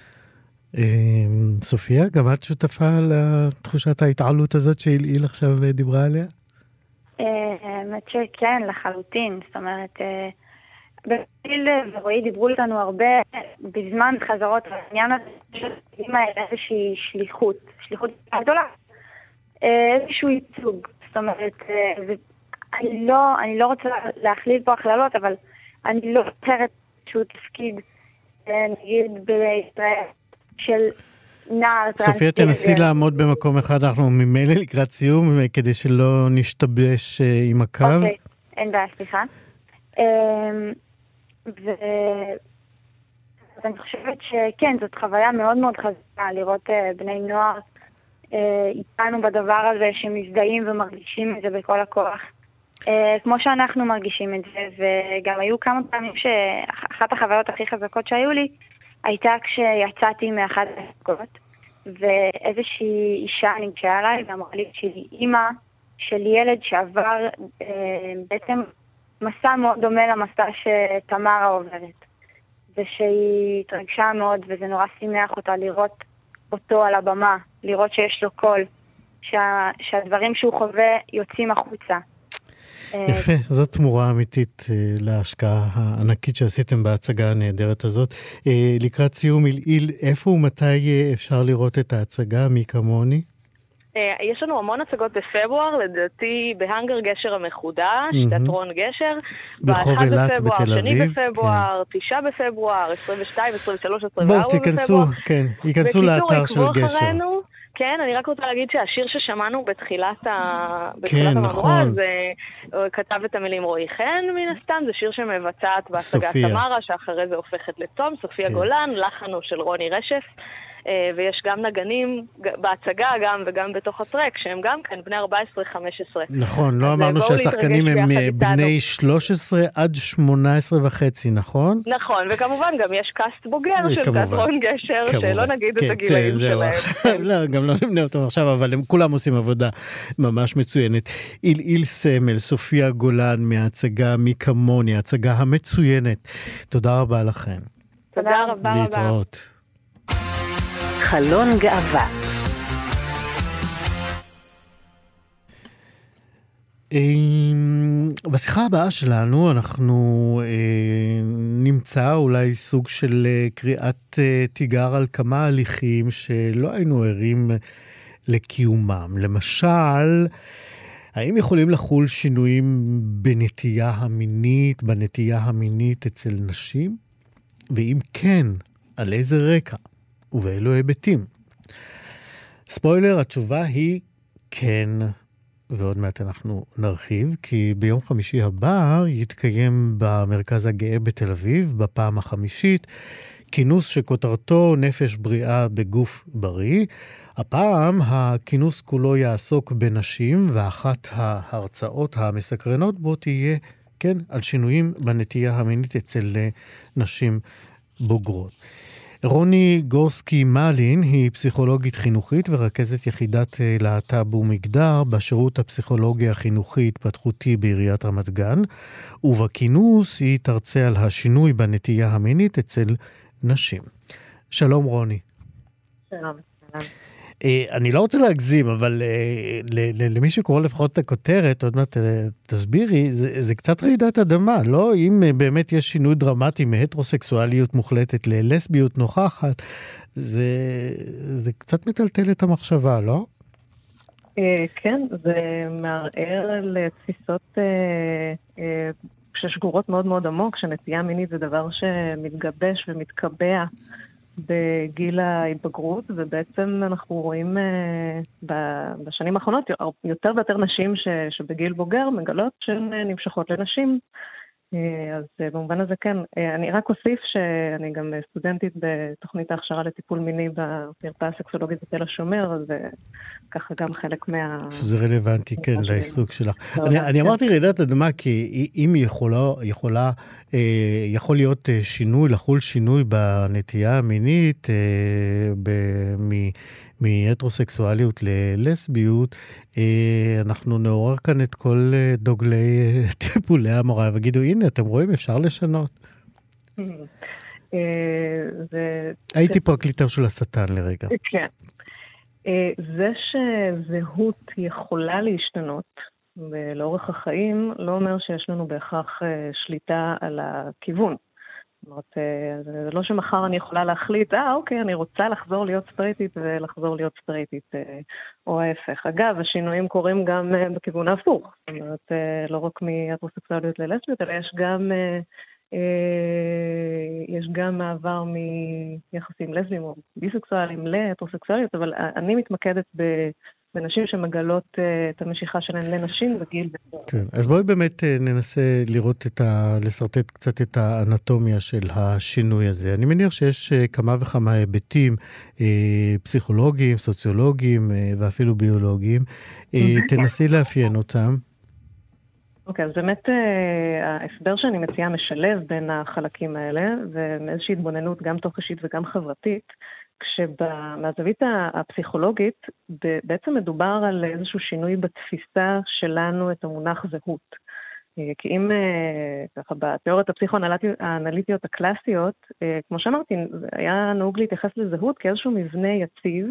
סופיה, גם את שותפה לתחושת ההתעלות הזאת שהילאיל עכשיו דיברה עליה? האמת שכן, לחלוטין. זאת אומרת, בגיל ורועי דיברו איתנו הרבה בזמן חזרות העניין הזה של איזושהי שליחות גדולה, איזשהו ייצוג. זאת אומרת, אני לא רוצה להכליל פה הכללות, אבל אני לא זוכרת שהוא תפקיד, נגיד בישראל, של נער טרנסג'נדר. סופיה, תנסי לעמוד במקום אחד, אנחנו ממילא לקראת סיום, כדי שלא נשתבש עם הקו. אוקיי, אין בעיה, סליחה. ואני חושבת שכן, זאת חוויה מאוד מאוד חזקה לראות בני נוער איתנו בדבר הזה, שמזדהים ומרגישים את זה בכל הכוח. כמו שאנחנו מרגישים את זה, וגם היו כמה פעמים שאחת החוויות הכי חזקות שהיו לי, הייתה כשיצאתי מאחת ההפקות, ואיזושהי אישה נגשה עליי ואמרה לי שהיא אימא של ילד שעבר בעצם מסע מאוד דומה למסע שתמרה עוברת, ושהיא התרגשה מאוד, וזה נורא שימח אותה לראות אותו על הבמה, לראות שיש לו קול, שהדברים שהוא חווה יוצאים החוצה. יפה, זאת תמורה אמיתית להשקעה הענקית שעשיתם בהצגה הנהדרת הזאת. לקראת סיום, איל, איפה ומתי אפשר לראות את ההצגה, מי כמוני? יש לנו המון הצגות בפברואר, לדעתי בהנגר גשר המחודש, תיאטרון גשר, ברחוב אילת בתל אביב, 2 בפברואר, 9 בפברואר, 22, 23, 24 בואו תיכנסו, כן, ייכנסו לאתר של גשר. כן, אני רק רוצה להגיד שהשיר ששמענו בתחילת המהדורה, כתב את המילים רועי חן מן הסתם, זה שיר שמבצעת בהצגת תמרה, שאחרי זה הופכת לתום, סופיה גולן, לחנו של רוני רשף, ויש גם נגנים בהצגה וגם בתוך הטרק, שהם גם כן בני 14-15. נכון, לא אמרנו שהשחקנים הם בני 13 עד 18 וחצי, נכון? נכון, וכמובן גם יש קאסט בוגר של תיאטרון גשר, שלא נגיד את הגילאים שלהם. לא, גם לא נמנה אותם עכשיו, אבל הם כולם עושים עבודה ממש מצוינת. איל סמל, סופיה גולן מההצגה מי כמוני, ההצגה המצוינת. תודה רבה לכם. תודה רבה. להתראות. חלון גאווה. בשיחה הבאה שלנו אנחנו נמצא אולי סוג של קריאת תיגר על כמה הליכים שלא היינו ערים לקיומם. למשל, האם יכולים לחול שינויים בנטייה המינית אצל נשים? ואם כן, על איזה רקע? ובאילו היבטים? ספוילר, התשובה היא כן, ועוד מעט אנחנו נרחיב, כי ביום חמישי הבא יתקיים במרכז הגאה בתל אביב, בפעם החמישית, כינוס שכותרתו נפש בריאה בגוף בריא. הפעם הכינוס כולו יעסוק בנשים, ואחת ההרצאות המסקרנות בו תהיה, כן, על שינויים בנטייה המינית אצל נשים בוגרות. רוני גורסקי מלין היא פסיכולוגית חינוכית ורכזת יחידת להט"ב ומגדר בשירות הפסיכולוגי החינוכי התפתחותי בעיריית רמת גן, ובכינוס היא תרצה על השינוי בנטייה המינית אצל נשים. שלום רוני. שלום. אני לא רוצה להגזים, אבל למי שקורא לפחות את הכותרת, עוד מעט תסבירי, זה קצת רעידת אדמה, לא? אם באמת יש שינוי דרמטי מהטרוסקסואליות מוחלטת ללסביות נוכחת, זה קצת מטלטל את המחשבה, לא? כן, זה מערער לתפיסות ששגורות מאוד מאוד עמוק, שנטייה מינית זה דבר שמתגבש ומתקבע בגיל ההתבגרות, ובעצם אנחנו רואים בשנים האחרונות יותר ויותר נשים שבגיל בוגר מגלות שהן נמשכות לנשים. אז במובן הזה כן. אני רק אוסיף שאני גם סטודנטית בתוכנית ההכשרה לטיפול מיני במרפאה הסקסולוגית בתל השומר, אז ככה גם חלק שזה רלוונטי, כן, לעיסוק שלך. אני אמרתי רעידת אדמה, כי אם יכול להיות לחול שינוי בנטייה המינית מהטרוסקסואליות ללסביות, אנחנו נעורר כאן את כל דוגלי טיפולי המורה, וגידו, הנה, אתם רואים, אפשר לשנות. הייתי פרקליטר של השטן לרגע. כן. זה שזהות יכולה להשתנות לאורך החיים, לא אומר שיש לנו בהכרח שליטה על הכיוון. זאת אומרת, זה לא שמחר אני יכולה להחליט, אוקיי, אני רוצה לחזור להיות סטרייטית ולחזור להיות סטרייטית, או ההפך. אגב, השינויים קורים גם בכיוון ההפוך. זאת אומרת, לא רק מהטרוסקסואליות ללסביות, אלא יש גם מעבר מיחסים לסביים או ביסקסואליים להטרוסקסואליות, אבל אני מתמקדת בנשים שמגלות את המשיכה שלהן לנשים בגיל. כן, אז בואי באמת ננסה לראות לסרטט קצת את האנטומיה של השינוי הזה. אני מניח שיש כמה וכמה היבטים פסיכולוגיים, סוציולוגיים ואפילו ביולוגיים. תנסי לאפיין אותם. אוקיי, אז באמת ההסבר שאני מציעה משלב בין החלקים האלה, ומאיזושהי התבוננות גם תוך אישית וגם חברתית, כשמהזווית הפסיכולוגית בעצם מדובר על איזשהו שינוי בתפיסה שלנו את המונח זהות. כי אם ככה בתיאוריות הפסיכואנליטיות הקלאסיות, כמו שאמרתי, היה נהוג להתייחס לזהות כאיזשהו מבנה יציב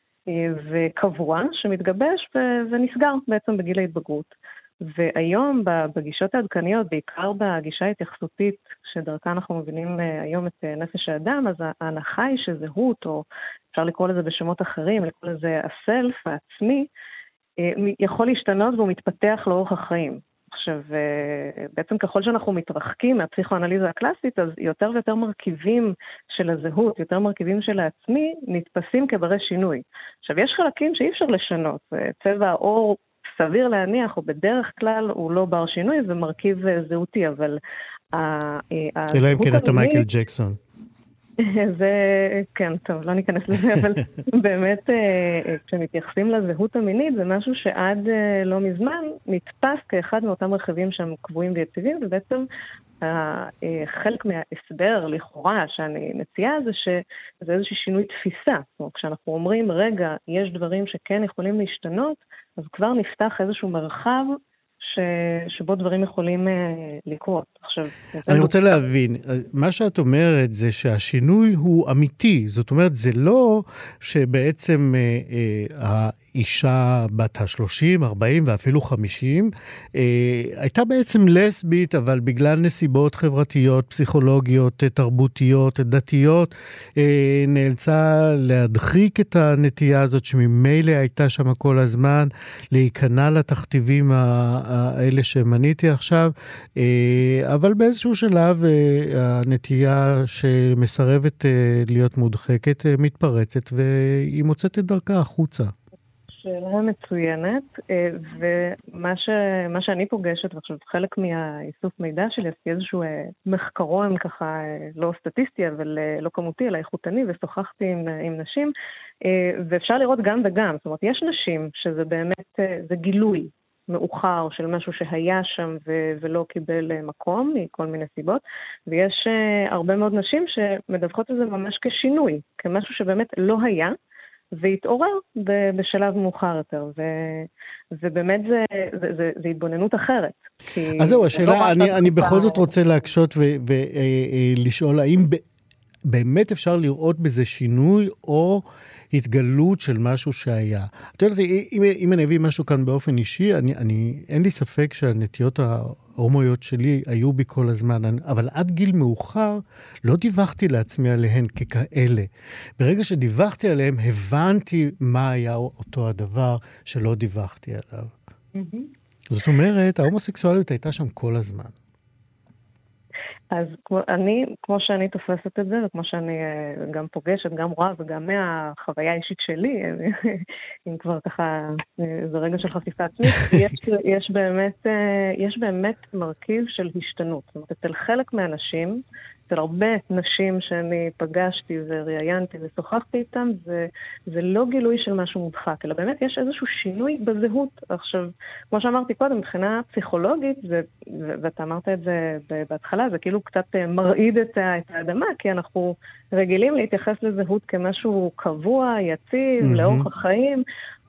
וקבוע שמתגבש ונסגר בעצם בגיל ההתבגרות. והיום בגישות העדכניות, בעיקר בגישה ההתייחסותית שדרכה אנחנו מבינים היום את נפש האדם, אז ההנחה היא שזהות, או אפשר לקרוא לזה בשמות אחרים, לקרוא לזה הסלף, העצמי, יכול להשתנות והוא מתפתח לאורך החיים. עכשיו, בעצם ככל שאנחנו מתרחקים מהפסיכואנליזה הקלאסית, אז יותר ויותר מרכיבים של הזהות, יותר מרכיבים של העצמי, נתפסים כברי שינוי. עכשיו, יש חלקים שאי אפשר לשנות. צבע האור סביר להניח, או בדרך כלל, הוא לא בר שינוי, ומרכיב זהותי, אבל אלא אם כן אתה מייקל ג'קסון. זה, כן, טוב, לא ניכנס לזה, אבל באמת, כשמתייחסים לזהות המינית, זה משהו שעד לא מזמן נתפס כאחד מאותם רכיבים שהם קבועים ויציבים, ובעצם חלק מההסבר לכאורה שאני מציעה זה שזה איזושהי שינוי תפיסה. זאת אומרת, כשאנחנו אומרים, רגע, יש דברים שכן יכולים להשתנות, אז כבר נפתח איזשהו מרחב שבו דברים יכולים לקרות. עכשיו, אני רוצה להבין, מה שאת אומרת זה שהשינוי הוא אמיתי, זאת אומרת, זה לא שבעצם האישה בת ה-30, 40 ואפילו 50, הייתה בעצם לסבית, אבל בגלל נסיבות חברתיות, פסיכולוגיות, תרבותיות, דתיות, נאלצה להדחיק את הנטייה הזאת שממילא הייתה שם כל הזמן, להיכנע לתכתיבים האלה שמניתי עכשיו, אבל באיזשהו שלב הנטייה שמסרבת להיות מודחקת מתפרצת, והיא מוצאת את דרכה החוצה. שאלה מצוינת, ומה שאני פוגשת, ועכשיו חלק מהאיסוף מידע שלי, עשיתי איזשהו מחקרון ככה, לא סטטיסטי, אבל לא כמותי, אלא איכותני, ושוחחתי עם נשים, ואפשר לראות גם וגם, זאת אומרת, יש נשים שזה באמת, זה גילוי מאוחר של משהו שהיה שם ולא קיבל מקום מכל מיני סיבות, ויש הרבה מאוד נשים שמדווחות את זה ממש כשינוי, כמשהו שבאמת לא היה, והתעורר בשלב מאוחר יותר, ובאמת זה התבוננות אחרת. אז זהו, השאלה, אני בכל זאת רוצה להקשות ולשאול, האם באמת אפשר לראות בזה שינוי או התגלות של משהו שהיה? את יודעת, אם אני אביא משהו כאן באופן אישי, אין לי ספק שהנטיות ההומואיות שלי היו בי כל הזמן, אבל עד גיל מאוחר לא דיווחתי לעצמי עליהן ככאלה. ברגע שדיווחתי עליהן, הבנתי מה היה אותו הדבר שלא דיווחתי עליו. זאת אומרת, ההומוסקסואליות הייתה שם כל הזמן. אז כמו שאני תופסת את זה, וכמו שאני גם פוגשת, גם רואה, וגם מהחוויה האישית שלי, אם כבר ככה, זה רגע של חשיפה עצמית, יש באמת מרכיב של השתנות. זאת אומרת, אצל חלק מהאנשים, אצל הרבה נשים שאני פגשתי וראיינתי ושוחחתי איתם, זה לא גילוי של משהו מודחק, אלא באמת יש איזשהו שינוי בזהות. עכשיו, כמו שאמרתי קודם, מבחינה פסיכולוגית, ואתה אמרת את זה בהתחלה, זה כאילו קצת מרעיד את האדמה, כי אנחנו רגילים להתייחס לזהות כמשהו קבוע, יציב, לאורך החיים,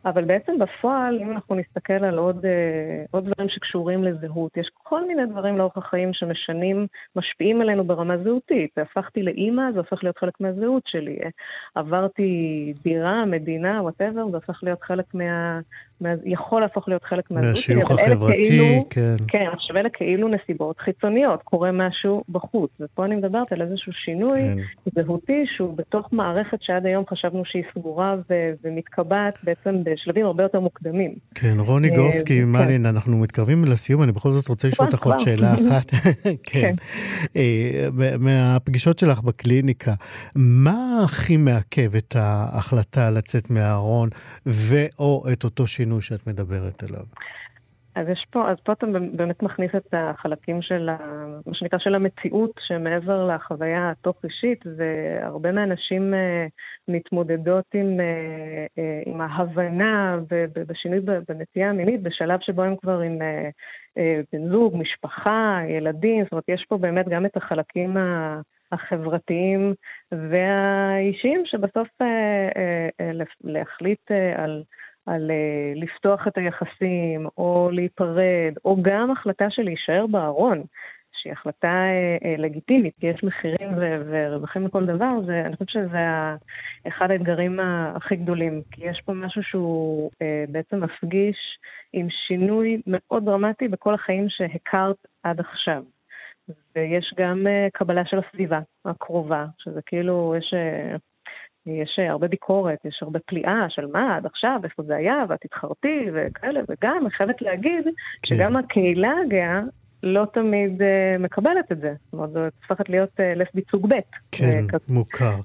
אבל בעצם בפועל, אם אנחנו נסתכל על עוד דברים שקשורים לזהות, יש כל מיני דברים לאורך החיים שמשנים, משפיעים עלינו ברמה זהותית. הפכתי לאמא, זה הופך להיות חלק מהזהות שלי. עברתי דירה, מדינה, whatever, זה הופך להיות חלק יכול להפוך להיות חלק מהזהות שלי. מהשיוך החברתי, כן. כן, עכשיו אלה כאילו נסיבות חיצוניות, קורה משהו בחוץ. ופה אני מדברת על איזשהו שינוי זהותי, שהוא בתוך מערכת שעד היום חשבנו שהיא סגורה ומתקבעת בעצם בשלבים הרבה יותר מוקדמים. כן, רוני גורסקי, מלין, אנחנו מתקרבים לסיום, אני בכל זאת רוצה לשאול אותך עוד שאלה אחת. כן. מהפגישות שלך בקליניקה, מה הכי מעכב את ההחלטה לצאת מהארון, ואו את אותו שינוי שאת מדברת עליו? אז פה אתה באמת מכניס את החלקים של מה שנקרא של המציאות, שמעבר לחוויה התוך-אישית, והרבה מהאנשים מתמודדות עם ההבנה ובשינוי בנטייה המינית, בשלב שבו הם כבר עם בן זוג, משפחה, ילדים, זאת אומרת, יש פה באמת גם את החלקים החברתיים והאישיים, שבסוף להחליט על לפתוח את היחסים, או להיפרד, או גם החלטה של להישאר בארון, שהיא החלטה לגיטימית, כי יש מחירים ורווחים לכל דבר, אני חושבת שזה אחד האתגרים הכי גדולים, כי יש פה משהו שהוא בעצם מפגיש עם שינוי מאוד דרמטי בכל החיים שהכרת עד עכשיו. ויש גם קבלה של הסביבה הקרובה, שזה כאילו יש הרבה ביקורת, יש הרבה פליאה של מה עד עכשיו, איפה זה היה, ואת התחרתי וכאלה, וגם אני חייבת להגיד שגם הקהילה הגאה לא תמיד מקבלת את זה. זאת אומרת, זו צריכת להיות לסבית סוג ב'. כן, מוכר.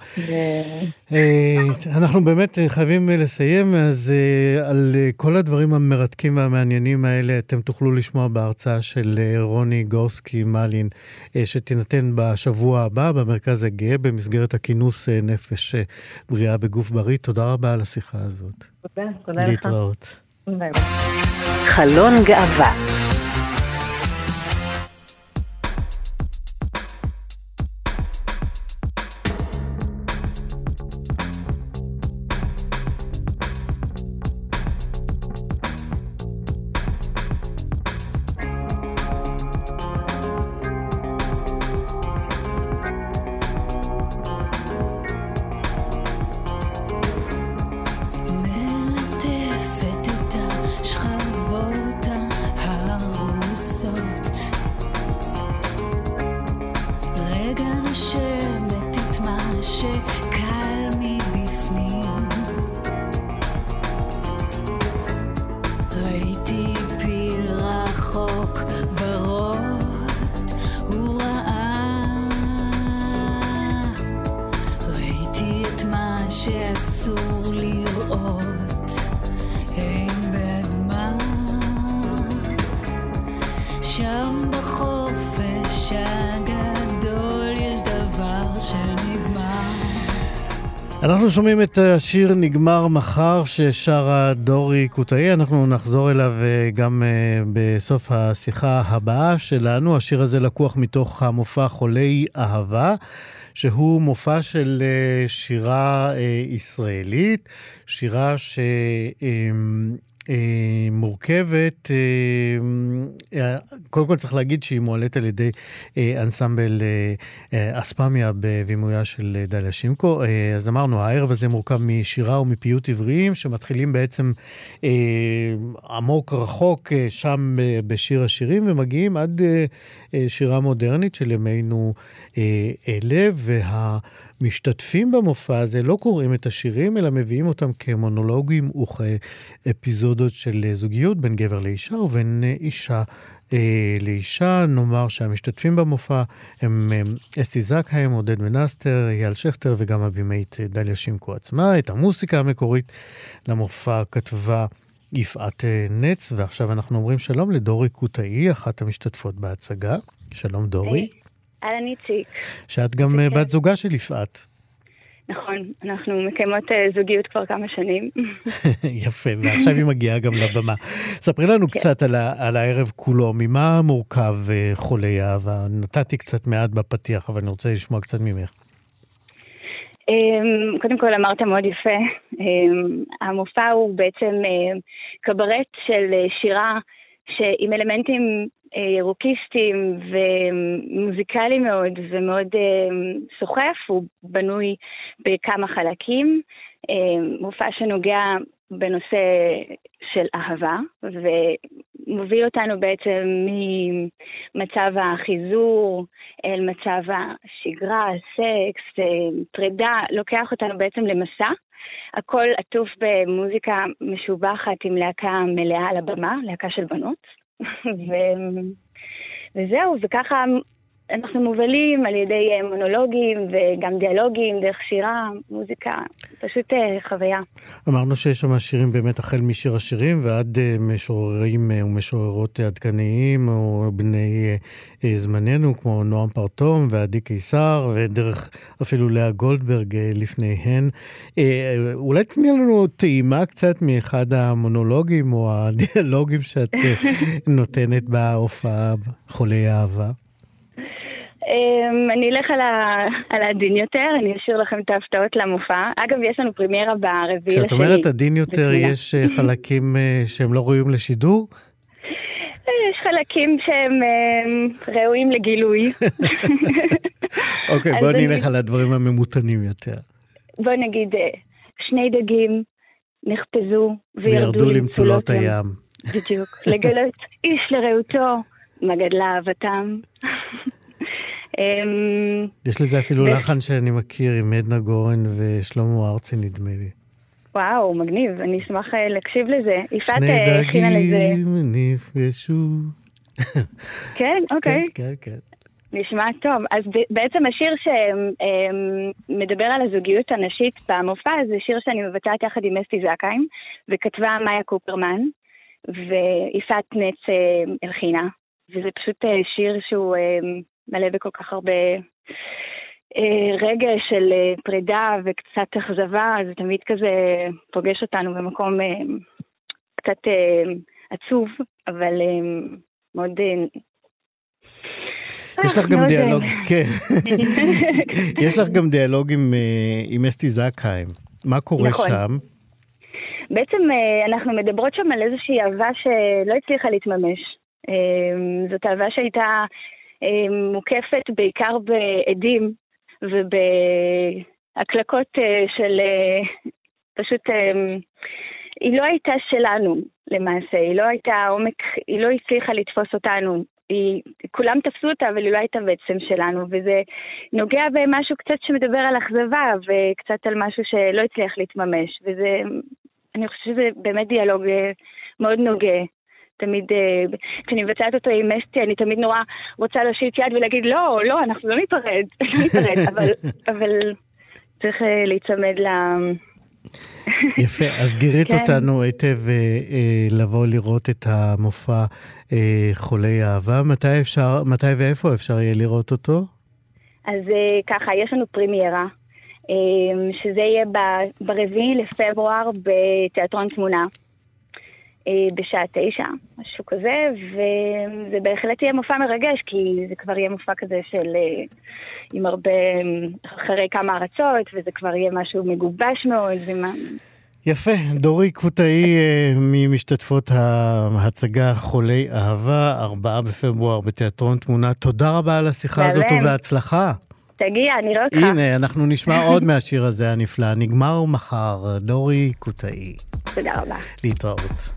אנחנו באמת חייבים לסיים, אז על כל הדברים המרתקים והמעניינים האלה, אתם תוכלו לשמוע בהרצאה של רוני גורסקי מלין, שתינתן בשבוע הבא במרכז הגאה, במסגרת הכינוס נפש בריאה בגוף בריא. תודה רבה על השיחה הזאת. תודה לך. להתראות. ביי. חלון גאווה. אנחנו שומעים את השיר נגמר מחר ששרה דורי קוטאי, אנחנו נחזור אליו גם בסוף השיחה הבאה שלנו. השיר הזה לקוח מתוך המופע חולי אהבה, שהוא מופע של שירה ישראלית, שירה מורכבת, קודם כל צריך להגיד שהיא מועלת על ידי אנסמבל אספמיה בבימויה של דליה שימקו. אז אמרנו, הערב הזה מורכב משירה ומפיוט עבריים שמתחילים בעצם עמוק רחוק שם בשיר השירים ומגיעים עד שירה מודרנית של ימינו אלה, והמשתתפים במופע הזה לא קוראים את השירים אלא מביאים אותם כמונולוגים וכאפיזודות של זוגיות בין גבר לאישה ובין אישה לאישה. נאמר שהמשתתפים במופע הם אסתי זקהיים, עודד מנסטר, אייל שכטר וגם הבימאית דליה שימקו עצמה. את המוסיקה המקורית למופע כתבה יפעת נץ, ועכשיו אנחנו אומרים שלום לדורי קוטאי, אחת המשתתפות בהצגה. שלום דורי. אהלן איציק. שאת גם בת זוגה של יפעת. נכון, אנחנו מקיימות זוגיות כבר כמה שנים. יפה, ועכשיו היא מגיעה גם לבמה. ספרי לנו קצת על הערב כולו, ממה מורכב חולי אהבה? נתתי קצת מעט בפתיח, אבל אני רוצה לשמוע קצת ממך. קודם כל אמרת מאוד יפה, המופע הוא בעצם קברט של שירה עם אלמנטים ירוקיסטיים ומוזיקליים מאוד ומאוד סוחף, הוא בנוי בכמה חלקים, מופע שנוגע בנושא של אהבה ומוביל אותנו בעצם ממצב החיזור אל מצב השגרה, סקס, פרידה, לוקח אותנו בעצם למסע, הכל עטוף במוזיקה משובחת עם להקה מלאה על הבמה, להקה של בנות וזהו, וככה אנחנו מובלים על ידי מונולוגים וגם דיאלוגים, דרך שירה, מוזיקה, פשוט חוויה. אמרנו שיש שם שירים באמת החל משיר השירים ועד משוררים ומשוררות עדכניים או בני זמננו כמו נועם פרטום ועדי קיסר ודרך אפילו לאה גולדברג לפניהן. אולי תני לנו טעימה קצת מאחד המונולוגים או הדיאלוגים שאת נותנת בהופעה חולי אהבה? אני אלך על הדין יותר, אני אשאיר לכם את ההפתעות למופע. אגב, יש לנו פרימיירה ברביעי לשני. כשאת אומרת הדין יותר, יש חלקים שהם לא ראויים לשידור? יש חלקים שהם ראויים לגילוי. אוקיי, בוא נלך על הדברים הממותנים יותר. בוא נגיד, 2 דגים נחפזו וירדו למצולות הים. בדיוק, לגלות איש לרעותו, מה גדלה אהבתם. יש לזה אפילו לחן שאני מכיר עם עדנה גורן ושלמה ארצי נדמה לי. וואו, מגניב, אני אשמח להקשיב לזה. 2 דגים נפגשו. כן, אוקיי. כן. נשמע טוב. אז בעצם השיר שמדבר על הזוגיות הנשית במופע, זה שיר שאני מבצעת יחד עם אסתי זקיים, וכתבה מאיה קופרמן, ויפעת נץ אלחינה. וזה פשוט שיר שהוא מלא בכל כך הרבה רגע של פרידה וקצת אכזבה, זה תמיד כזה פוגש אותנו במקום קצת עצוב, אבל מאוד... יש לך גם דיאלוג, כן. יש לך גם דיאלוג עם אסתי זקיים. מה קורה שם? בעצם אנחנו מדברות שם על איזושהי אהבה שלא הצליחה להתממש. זאת אהבה שהייתה מוקפת בעיקר בעדים ובהקלקות של פשוט, היא לא הייתה שלנו למעשה, היא לא הייתה עומק, היא לא הצליחה לתפוס אותנו, כולם תפסו אותה אבל היא לא הייתה בעצם שלנו, וזה נוגע במשהו קצת שמדבר על אכזבה וקצת על משהו שלא הצליח להתממש, וזה, אני חושבת שזה באמת דיאלוג מאוד נוגע. תמיד, כשאני מבצעת אותו עם אסתי, אני תמיד נורא רוצה להושיט יד ולהגיד, לא, אנחנו לא ניפרד, אבל צריך להיצמד יפה, אז גירית אותנו היטב לבוא לראות את המופע חולי אהבה. מתי ואיפה אפשר יהיה לראות אותו? אז ככה, יש לנו פרימיירה, שזה יהיה ברביעי לפברואר בתיאטרון תמונה. בשעה 9, משהו כזה, וזה בהחלט יהיה מופע מרגש, כי זה כבר יהיה מופע כזה של, עם הרבה, אחרי כמה ארצות, וזה כבר יהיה משהו מגובש מאוד. יפה, דורי קבוטאי ממשתתפות ההצגה חולי אהבה, 4 בפברואר בתיאטרון תמונה. תודה רבה על השיחה הזאת ובהצלחה. תגיע, נראה אותך. הנה, אנחנו נשמע עוד מהשיר הזה הנפלא. נגמר מחר, דורי קבוטאי. תודה רבה. להתראות.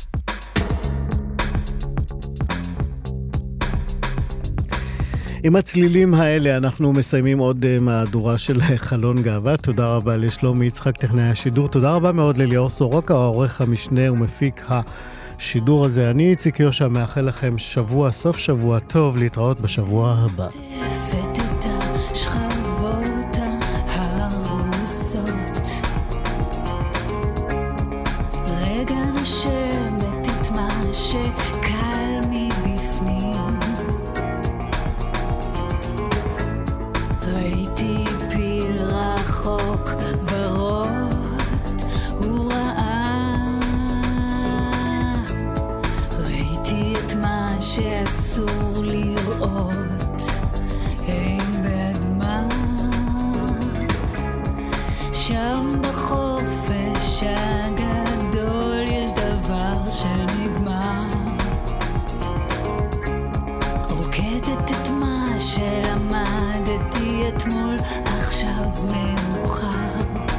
עם הצלילים האלה אנחנו מסיימים עוד מהדורה של חלון גאווה. תודה רבה לשלומי יצחק טכנאי השידור. תודה רבה מאוד לליאור סורוקה, העורך המשנה ומפיק השידור הזה. אני איציק יושע, מאחל לכם סוף שבוע טוב, להתראות בשבוע הבא. אתמול, עכשיו מאוחר.